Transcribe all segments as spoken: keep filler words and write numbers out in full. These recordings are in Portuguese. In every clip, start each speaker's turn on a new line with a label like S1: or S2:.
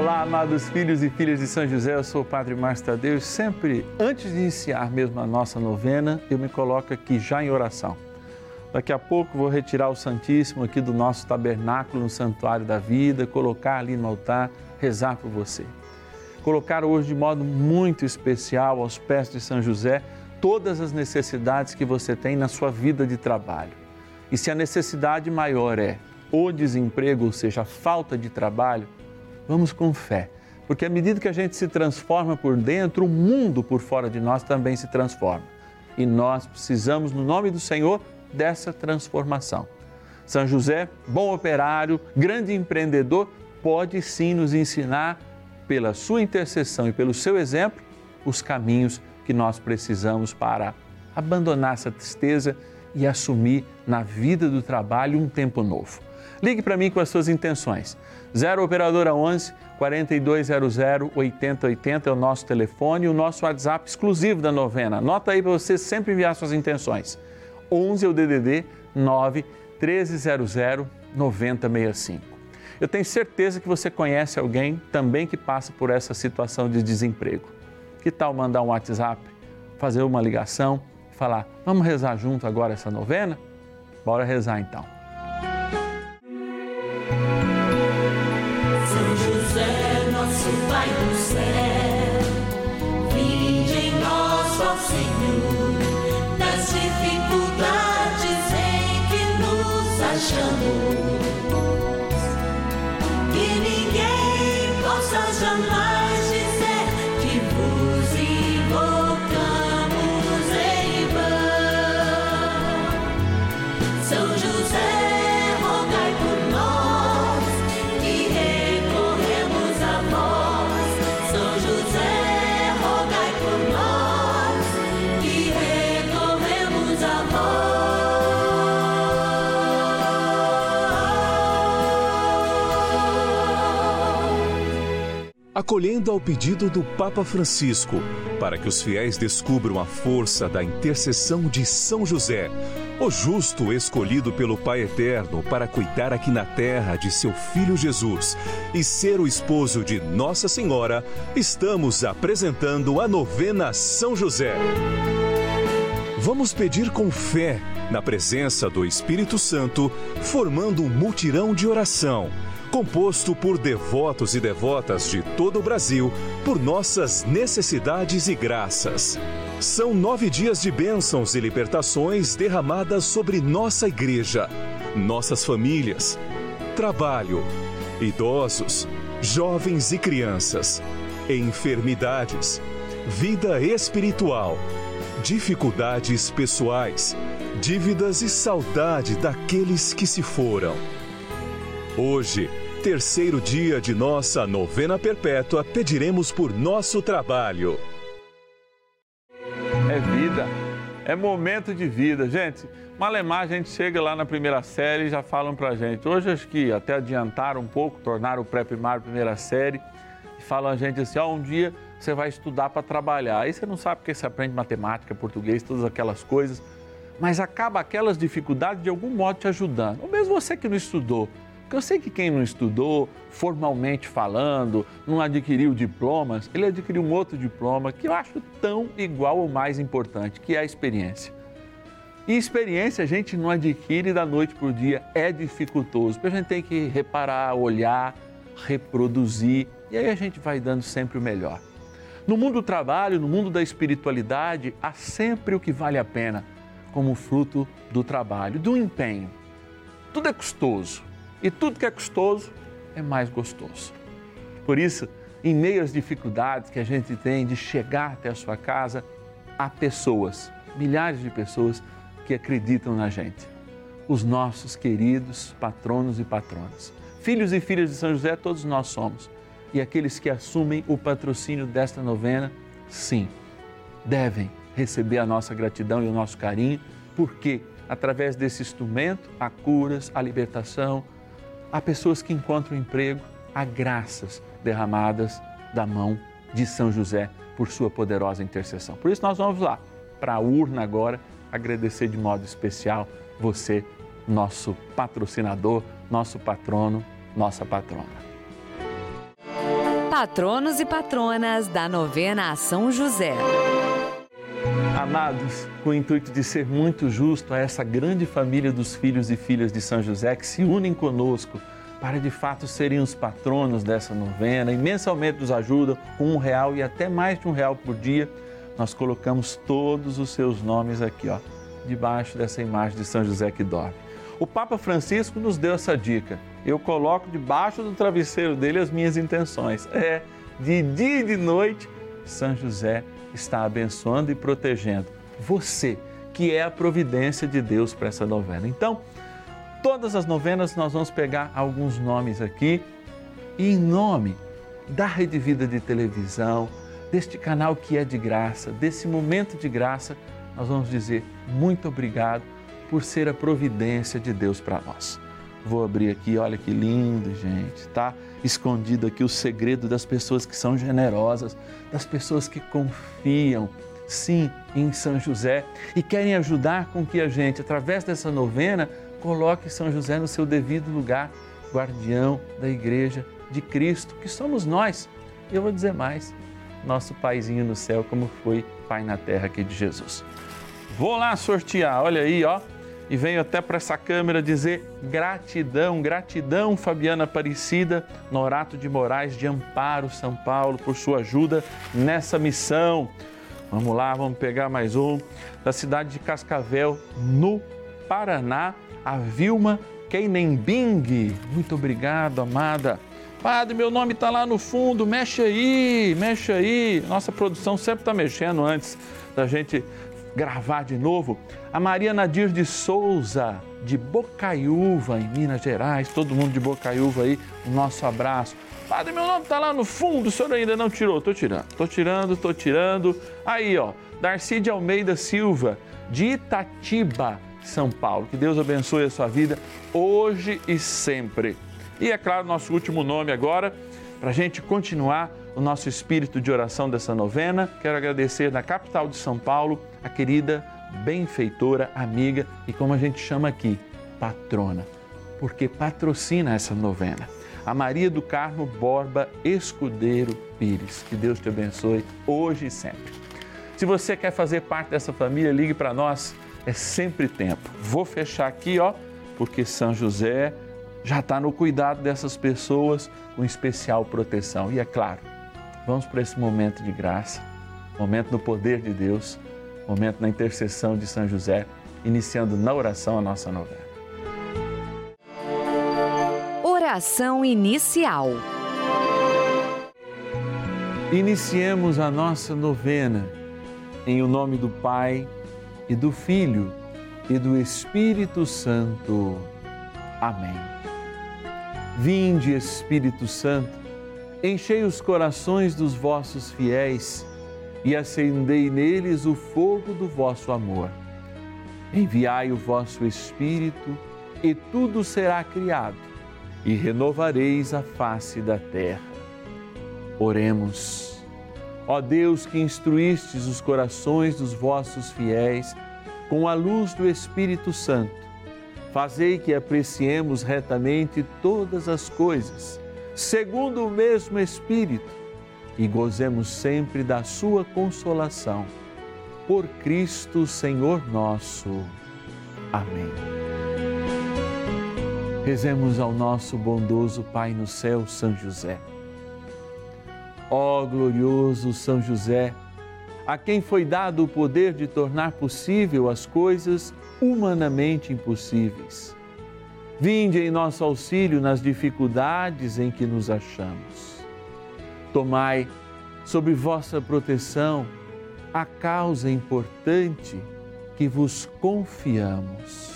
S1: Olá, amados filhos e filhas de São José, eu sou o Padre Márcio Tadeu e sempre, antes de iniciar mesmo a nossa novena, eu me coloco aqui já em oração. Daqui a pouco vou retirar o Santíssimo aqui do nosso tabernáculo no Santuário da Vida, colocar ali no altar, rezar por você. Colocar hoje de modo muito especial aos pés de São José todas as necessidades que você tem na sua vida de trabalho. E se a necessidade maior é o desemprego, ou seja, a falta de trabalho, vamos com fé, porque à medida que a gente se transforma por dentro, o mundo por fora de nós também se transforma. E nós precisamos, no nome do Senhor, dessa transformação. São José, bom operário, grande empreendedor, pode sim nos ensinar, pela sua intercessão e pelo seu exemplo, os caminhos que nós precisamos para abandonar essa tristeza e assumir na vida do trabalho um tempo novo. Ligue para mim com as suas intenções. zero Operadora onze, quarenta e dois zero zero, oitenta oitenta é o nosso telefone e o nosso WhatsApp exclusivo da novena. Anota aí para você sempre enviar suas intenções. onze é o D D D nove, treze zero zero, noventa sessenta e cinco. Eu tenho certeza que você conhece alguém também que passa por essa situação de desemprego. Que tal mandar um WhatsApp, fazer uma ligação e falar, vamos rezar junto agora essa novena? Bora rezar então.
S2: São José, nosso Pai do céu, vinde em nós, ó Senhor, das dificuldades em que nos achamos, que ninguém possa jamais dizer que vos invocamos em vão. São José, rogai por nós, que recorremos a vós. São José, rogai por nós, que recorremos a vós.
S3: Acolhendo ao pedido do Papa Francisco, para que os fiéis descubram a força da intercessão de São José, o justo escolhido pelo Pai Eterno para cuidar aqui na terra de seu Filho Jesus e ser o esposo de Nossa Senhora, estamos apresentando a novena São José. Vamos pedir com fé, na presença do Espírito Santo, formando um mutirão de oração, composto por devotos e devotas de todo o Brasil, por nossas necessidades e graças. São nove dias de bênçãos e libertações derramadas sobre nossa igreja, nossas famílias, trabalho, idosos, jovens e crianças, enfermidades, vida espiritual, dificuldades pessoais, dívidas e saudade daqueles que se foram. Hoje, terceiro dia de nossa novena perpétua, pediremos por nosso trabalho.
S1: É vida, é momento de vida. Gente, malemar a gente chega lá na primeira série e já falam pra gente. Hoje acho que até adiantaram um pouco, tornaram o pré-primário primeira série e falam a gente assim, ó, um dia você vai estudar para trabalhar. Aí você não sabe porque você aprende matemática, português, todas aquelas coisas, mas acaba aquelas dificuldades de algum modo te ajudando. Ou mesmo você que não estudou. Porque eu sei que quem não estudou, formalmente falando, não adquiriu diplomas, ele adquiriu um outro diploma que eu acho tão igual ou mais importante, que é a experiência. E experiência a gente não adquire da noite para o dia, é dificultoso, porque a gente tem que reparar, olhar, reproduzir, e aí a gente vai dando sempre o melhor. No mundo do trabalho, no mundo da espiritualidade, há sempre o que vale a pena, como fruto do trabalho, do empenho. Tudo é custoso. E tudo que é custoso é mais gostoso. Por isso, em meio às dificuldades que a gente tem de chegar até a sua casa, há pessoas, milhares de pessoas que acreditam na gente. Os nossos queridos patronos e patronas. Filhos e filhas de São José, todos nós somos. E aqueles que assumem o patrocínio desta novena, sim, devem receber a nossa gratidão e o nosso carinho, porque através desse instrumento há curas, há libertação, há pessoas que encontram emprego, há graças derramadas da mão de São José por sua poderosa intercessão. Por isso nós vamos lá, para a urna agora, agradecer de modo especial você, nosso patrocinador, nosso patrono, nossa patrona.
S4: patronos e patronas da novena a São José.
S1: Amados, com o intuito de ser muito justo a essa grande família dos filhos e filhas de São José que se unem conosco para de fato serem os patronos dessa novena e mensalmente nos ajudam com um real e até mais de um real por dia, nós colocamos todos os seus nomes aqui, ó, debaixo dessa imagem de São José que dorme. O Papa Francisco nos deu essa dica. Eu coloco debaixo do travesseiro dele as minhas intenções. É, de dia e de noite, São José está abençoando e protegendo você, que é a providência de Deus para essa novena. Então, todas as novenas nós vamos pegar alguns nomes aqui e em nome da Rede Vida de televisão, deste canal que é de graça, desse momento de graça, nós vamos dizer muito obrigado por ser a providência de Deus para nós. Vou abrir aqui, olha que lindo, gente, tá? Escondido aqui o segredo das pessoas que são generosas, das pessoas que confiam, sim, em São José e querem ajudar com que a gente, através dessa novena, coloque São José no seu devido lugar, guardião da Igreja de Cristo, que somos nós. E eu vou dizer mais, nosso paizinho no céu, como foi Pai na terra aqui de Jesus. Vou lá sortear, olha aí, ó. E venho até para essa câmera dizer gratidão, gratidão, Fabiana Aparecida, Norato de Moraes de Amparo, São Paulo, por sua ajuda nessa missão. Vamos lá, vamos pegar mais um. Da cidade de Cascavel, no Paraná, a Vilma Keinembing. Muito obrigado, amada. Padre, meu nome está lá no fundo, mexe aí, mexe aí. Nossa produção sempre está mexendo antes da gente gravar de novo. A Maria Nadir de Souza, de Bocaiúva, em Minas Gerais. Todo mundo de Bocaiúva aí, o nosso abraço. Padre, meu nome está lá no fundo, o senhor ainda não tirou. Estou tirando, estou tirando, estou tirando. Aí, ó, Darcy de Almeida Silva, de Itatiba, São Paulo. Que Deus abençoe a sua vida hoje e sempre. E é claro, nosso último nome agora, para a gente continuar o nosso espírito de oração dessa novena. Quero agradecer na capital de São Paulo a querida benfeitora, amiga e como a gente chama aqui, patrona, porque patrocina essa novena. A Maria do Carmo Borba Escudeiro Pires. Que Deus te abençoe hoje e sempre. Se você quer fazer parte dessa família, ligue para nós, é sempre tempo. Vou fechar aqui, ó, porque São José já está no cuidado dessas pessoas com especial proteção. E é claro, vamos para esse momento de graça, momento no poder de Deus, momento na intercessão de São José, iniciando na oração a nossa novena.
S4: Oração inicial.
S1: Iniciemos a nossa novena em o nome do Pai e do Filho e do Espírito Santo. Amém. Vinde, Espírito Santo, enchei os corações dos vossos fiéis e acendei neles o fogo do vosso amor. Enviai o vosso Espírito e tudo será criado e renovareis a face da terra. Oremos. Ó Deus, que instruístes os corações dos vossos fiéis com a luz do Espírito Santo, fazei que apreciemos retamente todas as coisas, segundo o mesmo Espírito, e gozemos sempre da sua consolação. Por Cristo, Senhor nosso. Amém. Rezemos ao nosso bondoso Pai no céu, São José. Ó glorioso São José, a quem foi dado o poder de tornar possível as coisas humanamente impossíveis. Vinde em nosso auxílio nas dificuldades em que nos achamos. Tomai sob vossa proteção a causa importante que vos confiamos.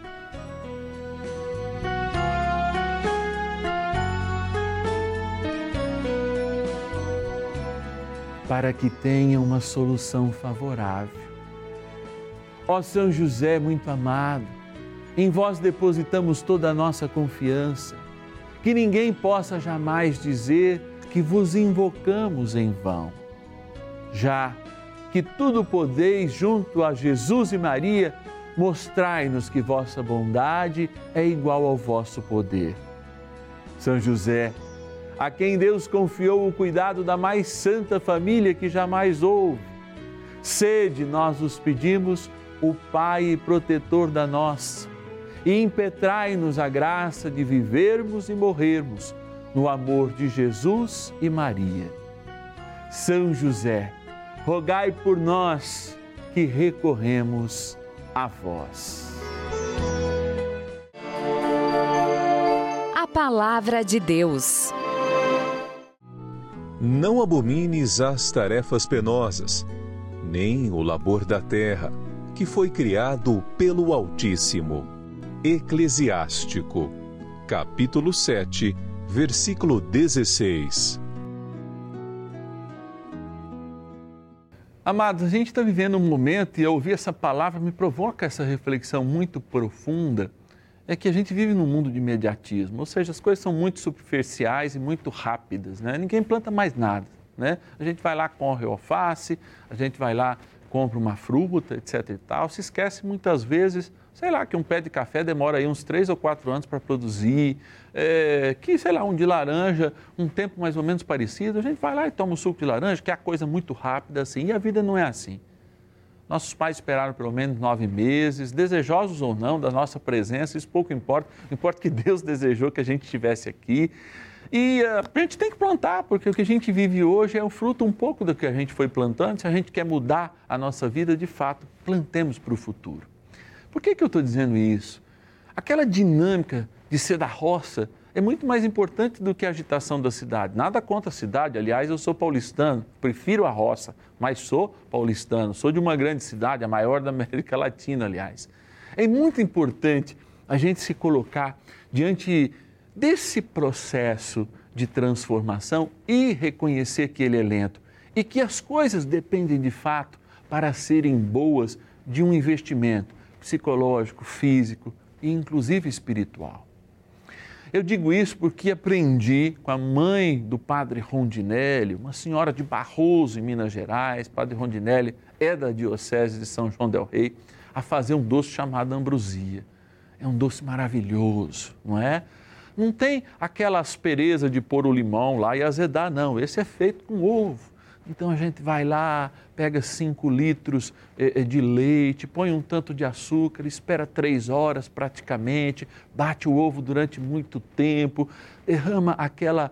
S1: Para que tenha uma solução favorável. Ó São José muito amado, em vós depositamos toda a nossa confiança, que ninguém possa jamais dizer que vos invocamos em vão. Já que tudo podeis junto a Jesus e Maria, mostrai-nos que vossa bondade é igual ao vosso poder. São José, a quem Deus confiou o cuidado da mais santa família que jamais houve. Sede, nós os pedimos, o Pai e protetor da nossa, e impetrai-nos a graça de vivermos e morrermos no amor de Jesus e Maria. São José, rogai por nós que recorremos a vós.
S4: A Palavra de Deus.
S3: Não abomines as tarefas penosas, nem o labor da terra, que foi criado pelo Altíssimo. Eclesiástico, capítulo sete, versículo dezesseis.
S1: Amados, a gente está vivendo um momento, e ao ouvir essa palavra me provoca essa reflexão muito profunda, é que a gente vive num mundo de imediatismo, ou seja, as coisas são muito superficiais e muito rápidas, né? Ninguém planta mais nada, né? A gente vai lá, corre o alface, a gente vai lá, compra uma fruta, etc e tal, se esquece muitas vezes, sei lá, que um pé de café demora aí uns três ou quatro anos para produzir, é, que, sei lá, um de laranja, um tempo mais ou menos parecido, a gente vai lá e toma um suco de laranja, que é a coisa muito rápida assim, e a vida não é assim. Nossos pais esperaram pelo menos nove meses, desejosos ou não da nossa presença, isso pouco importa, importa que Deus desejou que a gente estivesse aqui. E uh, a gente tem que plantar, porque o que a gente vive hoje é o fruto um pouco do que a gente foi plantando. Se a gente quer mudar a nossa vida, de fato, plantemos para o futuro. Por que que eu estou dizendo isso? Aquela dinâmica de ser da roça é muito mais importante do que a agitação da cidade. Nada contra a cidade, aliás, eu sou paulistano, prefiro a roça, mas sou paulistano, sou de uma grande cidade, a maior da América Latina, aliás. É muito importante a gente se colocar diante desse processo de transformação e reconhecer que ele é lento e que as coisas dependem de fato, para serem boas, de um investimento psicológico, físico e inclusive espiritual. Eu digo isso porque aprendi com a mãe do padre Rondinelli, uma senhora de Barroso, em Minas Gerais. Padre Rondinelli é da Diocese de São João del Rei, a fazer um doce chamado ambrosia. É um doce maravilhoso, não é? Não tem aquela aspereza de pôr o limão lá e azedar, não. Esse é feito com ovo. Então a gente vai lá, pega cinco litros de leite, põe um tanto de açúcar, espera três horas praticamente, bate o ovo durante muito tempo, derrama aquela,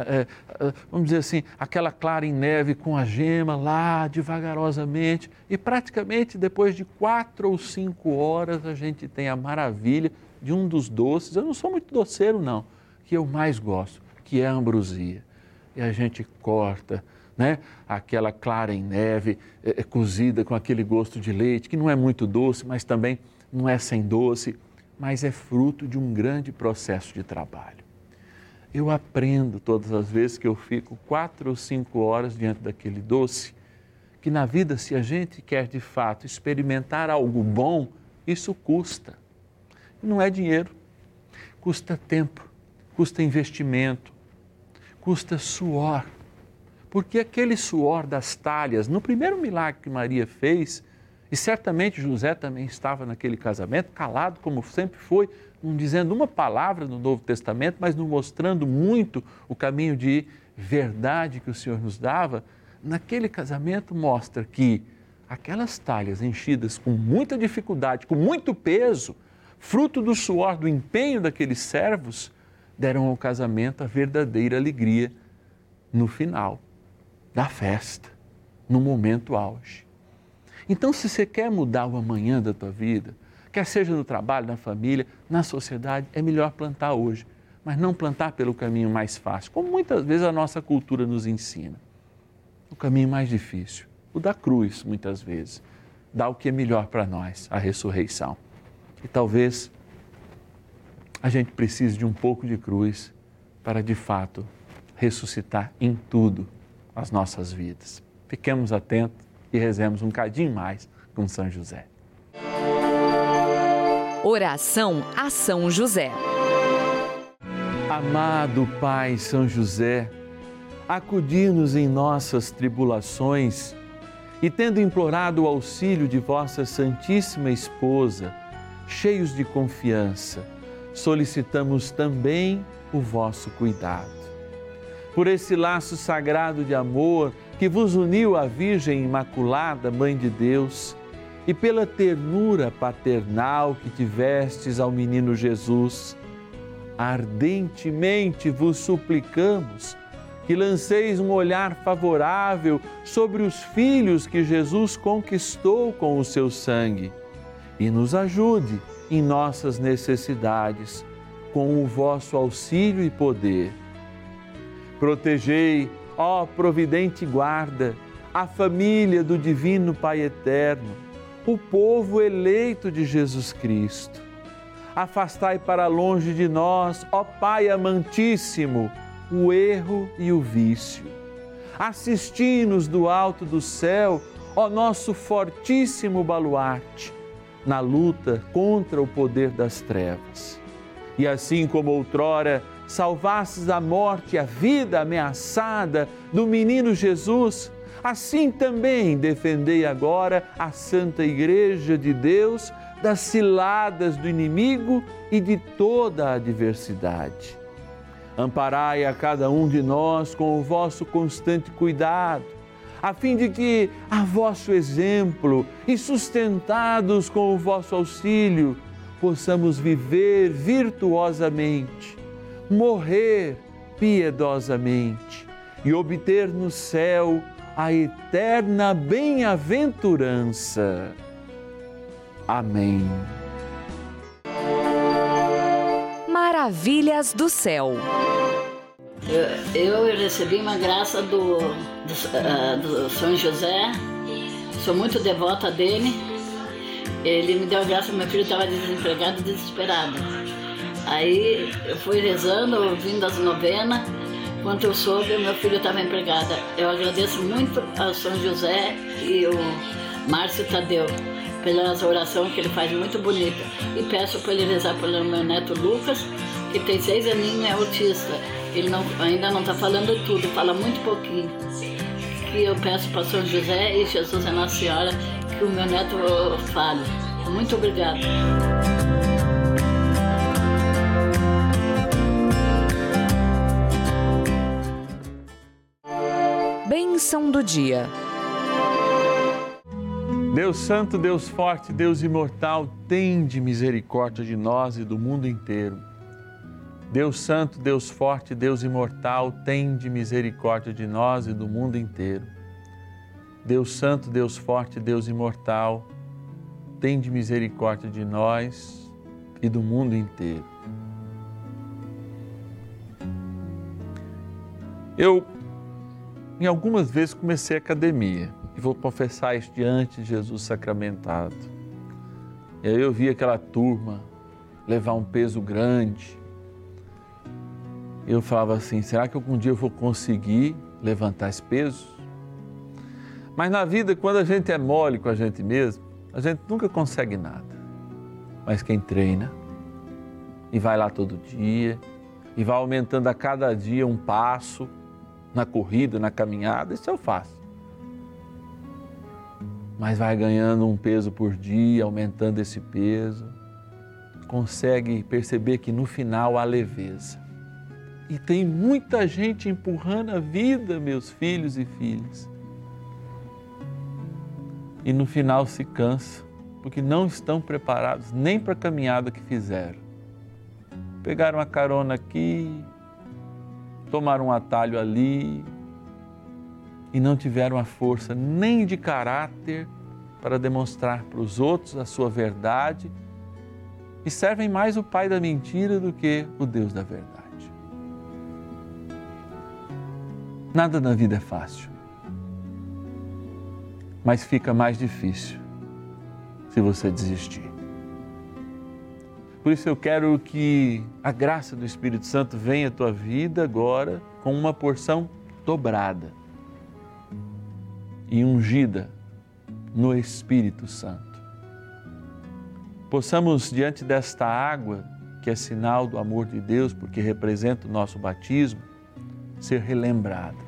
S1: vamos dizer assim, aquela clara em neve com a gema lá devagarosamente e praticamente depois de quatro ou cinco horas a gente tem a maravilha de um dos doces. Eu não sou muito doceiro não, que eu mais gosto, que é a ambrosia. E a gente corta, né? Aquela clara em neve, é, é, cozida com aquele gosto de leite, que não é muito doce, mas também não é sem doce, mas é fruto de um grande processo de trabalho. Eu aprendo todas as vezes que eu fico quatro ou cinco horas diante daquele doce, que na vida, se a gente quer de fato experimentar algo bom, isso custa. Não é dinheiro, custa tempo, custa investimento, custa suor. Porque aquele suor das talhas, no primeiro milagre que Maria fez, e certamente José também estava naquele casamento, calado como sempre foi, não dizendo uma palavra no Novo Testamento, mas não mostrando muito o caminho de verdade que o Senhor nos dava, naquele casamento mostra que aquelas talhas enchidas com muita dificuldade, com muito peso, fruto do suor, do empenho daqueles servos, deram ao casamento a verdadeira alegria no final da festa, no momento auge. Então, se você quer mudar o amanhã da tua vida, quer seja no trabalho, na família, na sociedade, é melhor plantar hoje, mas não plantar pelo caminho mais fácil, como muitas vezes a nossa cultura nos ensina. O caminho mais difícil, o da cruz, muitas vezes, dá o que é melhor para nós, a ressurreição. E talvez a gente precise de um pouco de cruz para, de fato, ressuscitar em tudo as nossas vidas. Fiquemos atentos e rezemos um cadinho mais com São José.
S4: Oração a São José.
S1: Amado Pai São José, acudir-nos em nossas tribulações e, tendo implorado o auxílio de vossa Santíssima Esposa, cheios de confiança, solicitamos também o vosso cuidado. por esse laço sagrado de amor que vos uniu à Virgem Imaculada, Mãe de Deus, e pela ternura paternal que tivestes ao menino Jesus, ardentemente vos suplicamos que lanceis um olhar favorável sobre os filhos que Jesus conquistou com o seu sangue e nos ajude em nossas necessidades com o vosso auxílio e poder. Protegei, ó providente guarda, a família do Divino Pai Eterno, o povo eleito de Jesus Cristo. Afastai para longe de nós, ó Pai amantíssimo, o erro e o vício. Assisti-nos do alto do céu, ó nosso fortíssimo baluarte, na luta contra o poder das trevas. E assim como outrora salvastes da morte a vida ameaçada do menino Jesus, assim também defendei agora a Santa Igreja de Deus das ciladas do inimigo e de toda a adversidade. Amparai a cada um de nós com o vosso constante cuidado, a fim de que, a vosso exemplo e sustentados com o vosso auxílio, possamos viver virtuosamente, morrer piedosamente e obter no céu a eterna bem-aventurança. Amém.
S4: Maravilhas do céu.
S5: Eu, eu recebi uma graça do, do, uh, do São José, sou muito devota dele. Ele me deu a graça, meu filho estava desempregado, desesperado. Aí eu fui rezando, ouvindo as novenas. Quando eu soube, meu filho estava empregado. Eu agradeço muito ao São José e o Márcio Tadeu pelas orações que ele faz muito bonita. E peço para ele rezar pelo meu neto Lucas, que tem seis aninhos e é autista. Ele não, ainda não está falando tudo, fala muito pouquinho. Que eu peço para São José e Jesus é Nossa Senhora que o meu neto fale. Muito obrigada.
S4: Bênção do dia.
S1: Deus Santo, Deus Forte, Deus Imortal, tende misericórdia de nós e do mundo inteiro. Deus Santo, Deus Forte, Deus Imortal, tende misericórdia de nós e do mundo inteiro. Deus Santo, Deus Forte, Deus Imortal, tende misericórdia de nós e do mundo inteiro. Eu, em algumas vezes, comecei a academia. E vou confessar isso diante de Jesus sacramentado. E aí eu vi aquela turma levar um peso grande. E eu falava assim, será que algum dia eu vou conseguir levantar esse peso? Mas na vida, quando a gente é mole com a gente mesmo, a gente nunca consegue nada. Mas quem treina e vai lá todo dia e vai aumentando a cada dia um passo na corrida, na caminhada, isso eu faço. Mas vai ganhando um peso por dia, aumentando esse peso, consegue perceber que no final há leveza. E tem muita gente empurrando a vida, meus filhos e filhas. E no final se cansa, porque não estão preparados nem para a caminhada que fizeram. Pegaram a carona aqui, tomaram um atalho ali, e não tiveram a força nem de caráter para demonstrar para os outros a sua verdade e servem mais o pai da mentira do que o Deus da verdade. Nada na vida é fácil, mas fica mais difícil se você desistir. Por isso eu quero que a graça do Espírito Santo venha à tua vida agora com uma porção dobrada e ungida no Espírito Santo. Possamos, diante desta água, que é sinal do amor de Deus, porque representa o nosso batismo, ser relembrada,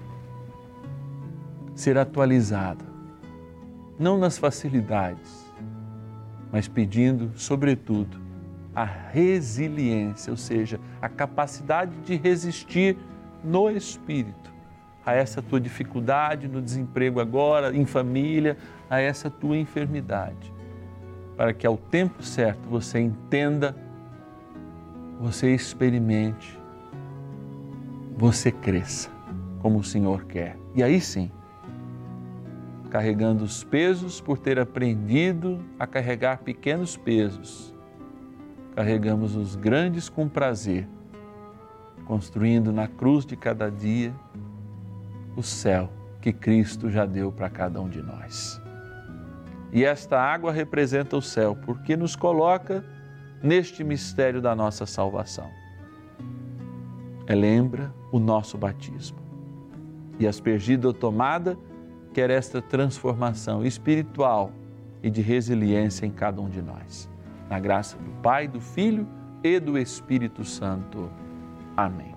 S1: ser atualizada, não nas facilidades, mas pedindo, sobretudo, a resiliência, ou seja, a capacidade de resistir no Espírito a essa tua dificuldade no desemprego agora, em família, a essa tua enfermidade, para que ao tempo certo você entenda, você experimente, você cresça como o Senhor quer. E aí sim, carregando os pesos por ter aprendido a carregar pequenos pesos, carregamos os grandes com prazer, construindo na cruz de cada dia o céu que Cristo já deu para cada um de nós. E esta água representa o céu, porque nos coloca neste mistério da nossa salvação. É, lembra o nosso batismo. E aspergida ou tomada, quer esta transformação espiritual e de resiliência em cada um de nós. Na graça do Pai, do Filho e do Espírito Santo. Amém.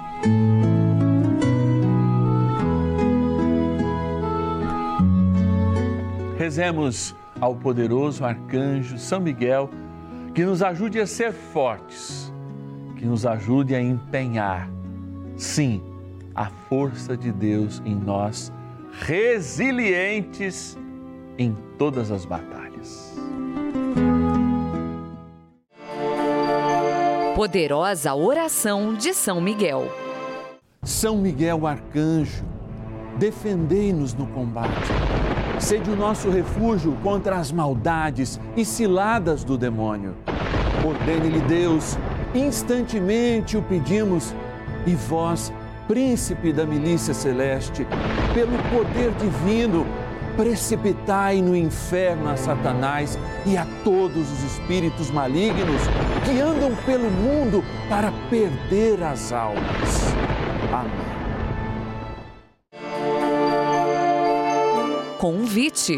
S1: Rezemos ao poderoso arcanjo São Miguel, que nos ajude a ser fortes, que nos ajude a empenhar, sim, a força de Deus em nós, resilientes em todas as batalhas.
S4: Poderosa oração de São Miguel.
S1: São Miguel arcanjo, defendei-nos no combate. Sede o nosso refúgio contra as maldades e ciladas do demônio. Ordene-lhe Deus, instantemente o pedimos, e vós, príncipe da milícia celeste, pelo poder divino, precipitai no inferno a Satanás e a todos os espíritos malignos que andam pelo mundo para perder as almas. Amém.
S4: Convite.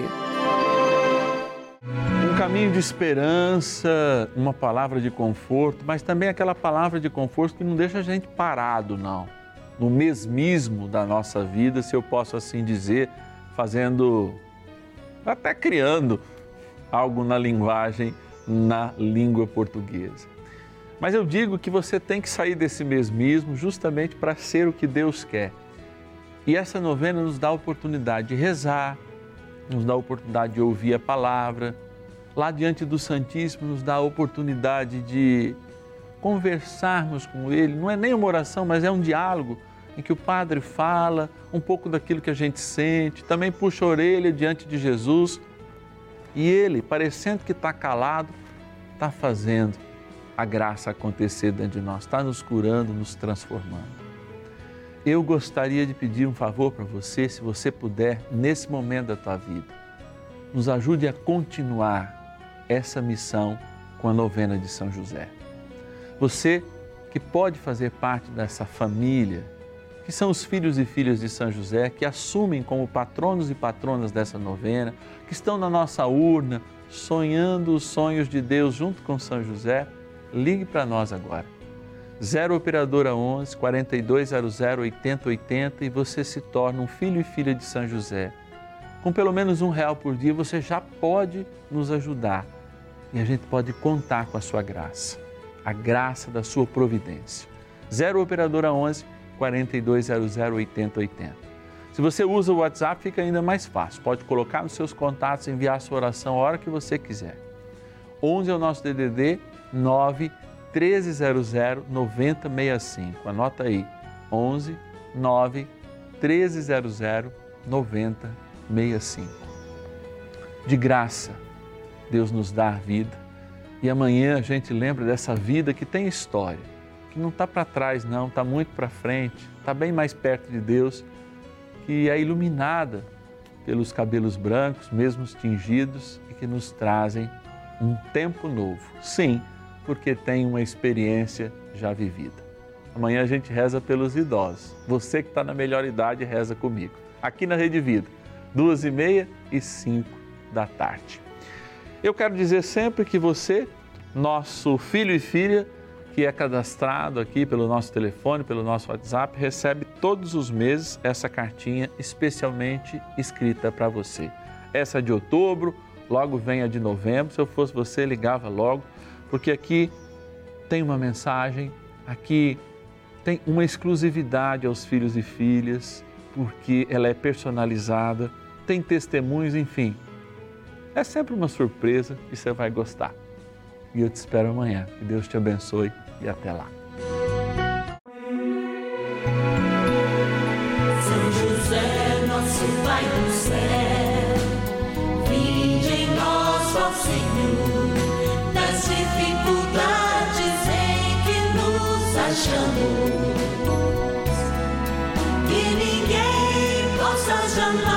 S1: Um caminho de esperança, uma palavra de conforto, mas também aquela palavra de conforto que não deixa a gente parado, não. No mesmismo da nossa vida, se eu posso assim dizer, fazendo, até criando algo na linguagem, na língua portuguesa. Mas eu digo que você tem que sair desse mesmismo justamente para ser o que Deus quer. E essa novena nos dá a oportunidade de rezar, nos dá a oportunidade de ouvir a palavra. Lá diante do Santíssimo nos dá a oportunidade de conversarmos com Ele. Não é nem uma oração, mas é um diálogo em que o Padre fala um pouco daquilo que a gente sente, também puxa a orelha diante de Jesus e Ele, parecendo que está calado, está fazendo a graça acontecer dentro de nós, está nos curando, nos transformando. Eu gostaria de pedir um favor para você, se você puder, nesse momento da tua vida, nos ajude a continuar essa missão com a novena de São José. Você que pode fazer parte dessa família, que são os filhos e filhas de São José, que assumem como patronos e patronas dessa novena, que estão na nossa urna, sonhando os sonhos de Deus junto com São José, ligue para nós agora. zero Operadora onze, quarenta e dois zero zero, oitenta oitenta e você se torna um filho e filha de São José. Com pelo menos um real por dia você já pode nos ajudar e a gente pode contar com a sua graça, a graça da sua providência. zero Operadora onze, quarenta e dois zero zero, oitenta oitenta. Se você usa o WhatsApp fica ainda mais fácil, pode colocar nos seus contatos, enviar a sua oração a hora que você quiser. onze é o nosso D D D, nove treze zero zero, noventa sessenta e cinco. Anota aí, onze nove treze zero zero, noventa sessenta e cinco. De graça, Deus nos dá a vida e amanhã a gente lembra dessa vida que tem história, que não está para trás não, está muito para frente, está bem mais perto de Deus, que é iluminada pelos cabelos brancos, mesmo tingidos, e que nos trazem um tempo novo. Sim, porque tem uma experiência já vivida. Amanhã a gente reza pelos idosos. Você que está na melhor idade, reza comigo. Aqui na Rede Vida, duas e meia e cinco da tarde. Eu quero dizer sempre que você, nosso filho e filha, que é cadastrado aqui pelo nosso telefone, pelo nosso WhatsApp, recebe todos os meses essa cartinha especialmente escrita para você. Essa de outubro, logo vem a de novembro. Se eu fosse você, ligava logo, porque aqui tem uma mensagem, aqui tem uma exclusividade aos filhos e filhas, porque ela é personalizada, tem testemunhos, enfim. É sempre uma surpresa e você vai gostar. E eu te espero amanhã. Que Deus te abençoe e até lá.
S2: São José, nosso Pai do céu, vinde em nós, ó Senhor, nas dificuldades em que nos achamos, que ninguém possa jamais